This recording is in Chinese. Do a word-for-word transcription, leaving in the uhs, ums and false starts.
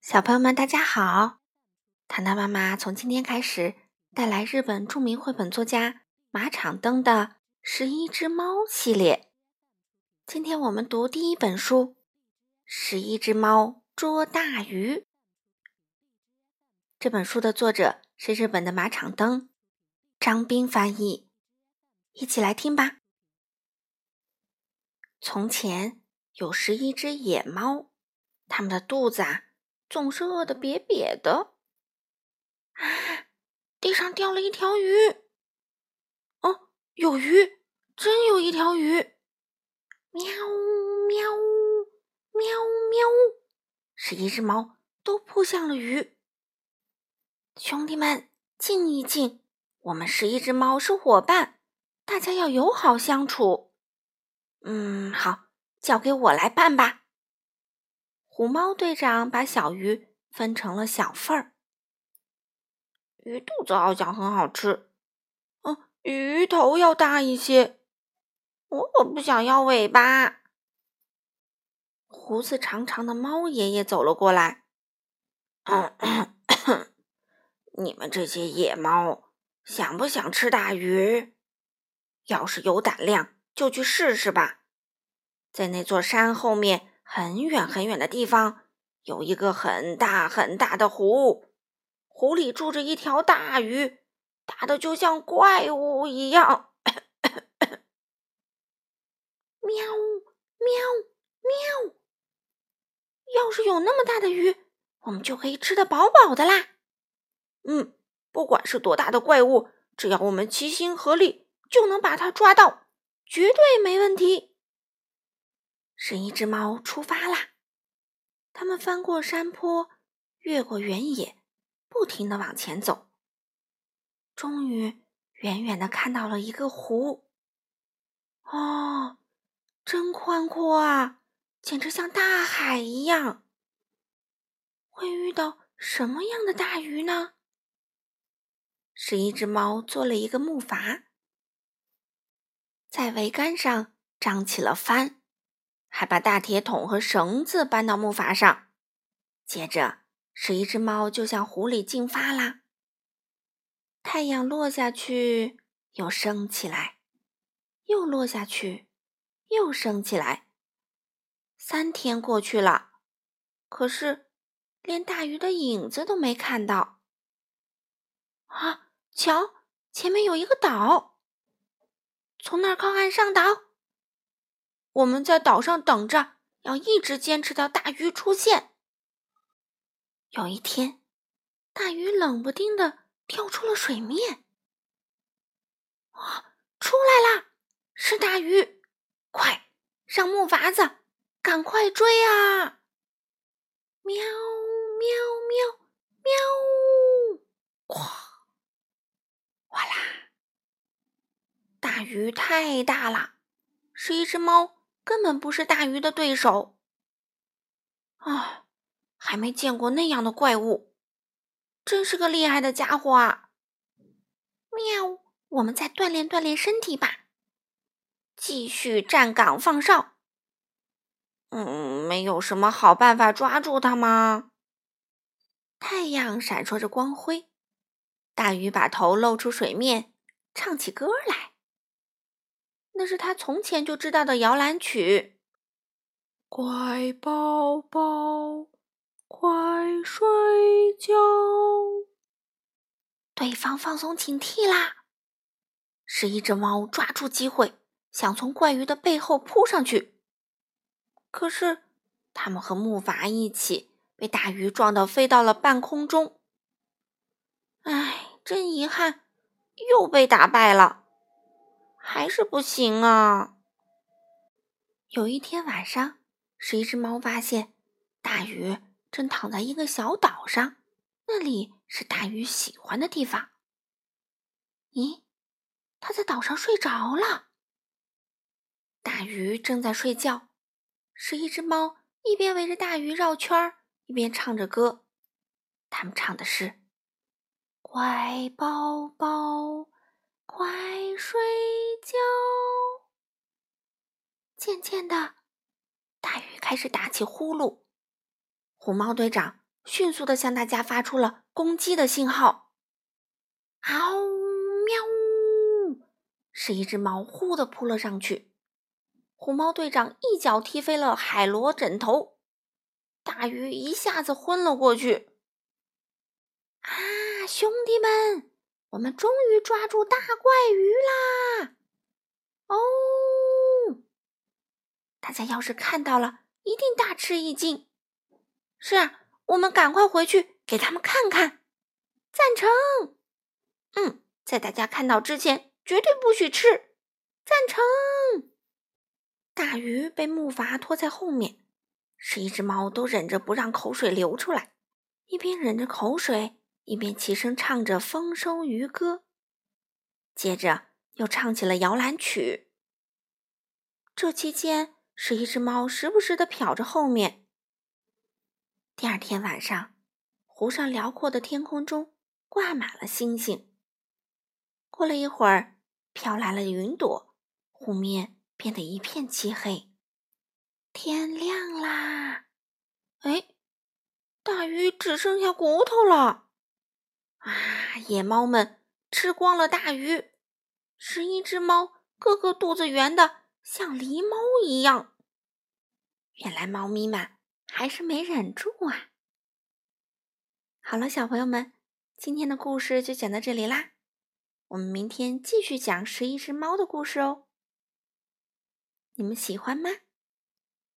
小朋友们，大家好！糖糖妈妈从今天开始带来日本著名绘本作家马场灯的《十一只猫》系列。今天我们读第一本书《十一只猫捉大鱼》。这本书的作者是日本的马场灯，张斌翻译。一起来听吧。从前有十一只野猫，它们的肚子啊总是饿得瘪瘪的。啊！地上掉了一条鱼。哦，有鱼，真有一条鱼！喵喵喵喵！十一只猫都扑向了鱼。兄弟们，静一静，我们十一只猫是伙伴，大家要友好相处。嗯，好，交给我来办吧。虎猫队长把小鱼分成了小份儿。鱼肚子好像很好吃，嗯，鱼头要大一些。我可不想要尾巴。胡子长长的猫爷爷走了过来。咳咳咳你们这些野猫，想不想吃大鱼？要是有胆量，就去试试吧。在那座山后面很远很远的地方，有一个很大很大的湖，湖里住着一条大鱼，大的就像怪物一样。喵喵喵！要是有那么大的鱼，我们就可以吃得饱饱的啦。嗯，不管是多大的怪物，只要我们齐心合力，就能把它抓到，绝对没问题。十一只猫出发啦，它们翻过山坡，越过原野，不停地往前走。终于，远远地看到了一个湖。哦，真宽阔啊，简直像大海一样。会遇到什么样的大鱼呢？十一只猫做了一个木筏，在桅杆上张起了帆，还把大铁桶和绳子搬到木筏上。接着，十一只猫就向湖里进发啦。太阳落下去，又升起来，又落下去，又升起来。三天过去了，可是连大鱼的影子都没看到。啊，瞧，前面有一个岛，从那儿靠岸上岛。我们在岛上等着，要一直坚持到大鱼出现。有一天，大鱼冷不丁地跳出了水面。啊，出来啦！是大鱼！快，上木筏子，赶快追啊！喵喵喵喵！哗！哗啦！大鱼太大了，十一只猫根本不是大鱼的对手。啊，还没见过那样的怪物，真是个厉害的家伙啊！喵，我们再锻炼锻炼身体吧。继续站岗放哨。嗯，没有什么好办法抓住它吗？太阳闪烁着光辉，大鱼把头露出水面，唱起歌来。那是他从前就知道的摇篮曲。乖宝宝，快睡觉。对方放松警惕啦！十一只猫抓住机会，想从怪鱼的背后扑上去。可是，它们和木筏一起被大鱼撞到飞到了半空中。唉，真遗憾，又被打败了，还是不行啊。有一天晚上，十一只猫发现大鱼正躺在一个小岛上，那里是大鱼喜欢的地方。咦，它在岛上睡着了。大鱼正在睡觉，十一只猫一边围着大鱼绕圈儿，一边唱着歌。他们唱的是：乖宝宝，快睡觉。渐渐的，大鱼开始打起呼噜。虎猫队长迅速地向大家发出了攻击的信号。嗷喵！是一只猫忽地扑了上去，虎猫队长一脚踢飞了海螺枕头，大鱼一下子昏了过去。啊，兄弟们，我们终于抓住大怪鱼啦！哦，大家要是看到了，一定大吃一惊。是啊，我们赶快回去给他们看看。赞成。嗯，在大家看到之前，绝对不许吃。赞成。大鱼被木筏拖在后面，十一只猫都忍着不让口水流出来，一边忍着口水，一边齐声唱着丰收渔歌，接着又唱起了摇篮曲。这期间，十一只猫时不时地瞟着后面。第二天晚上，湖上辽阔的天空中挂满了星星。过了一会儿，飘来了云朵，湖面变得一片漆黑。天亮啦！哎，大鱼只剩下骨头了。啊，野猫们吃光了大鱼，十一只猫个个肚子圆的像狸猫一样。原来猫咪们还是没忍住啊。好了，小朋友们，今天的故事就讲到这里啦。我们明天继续讲十一只猫的故事哦。你们喜欢吗？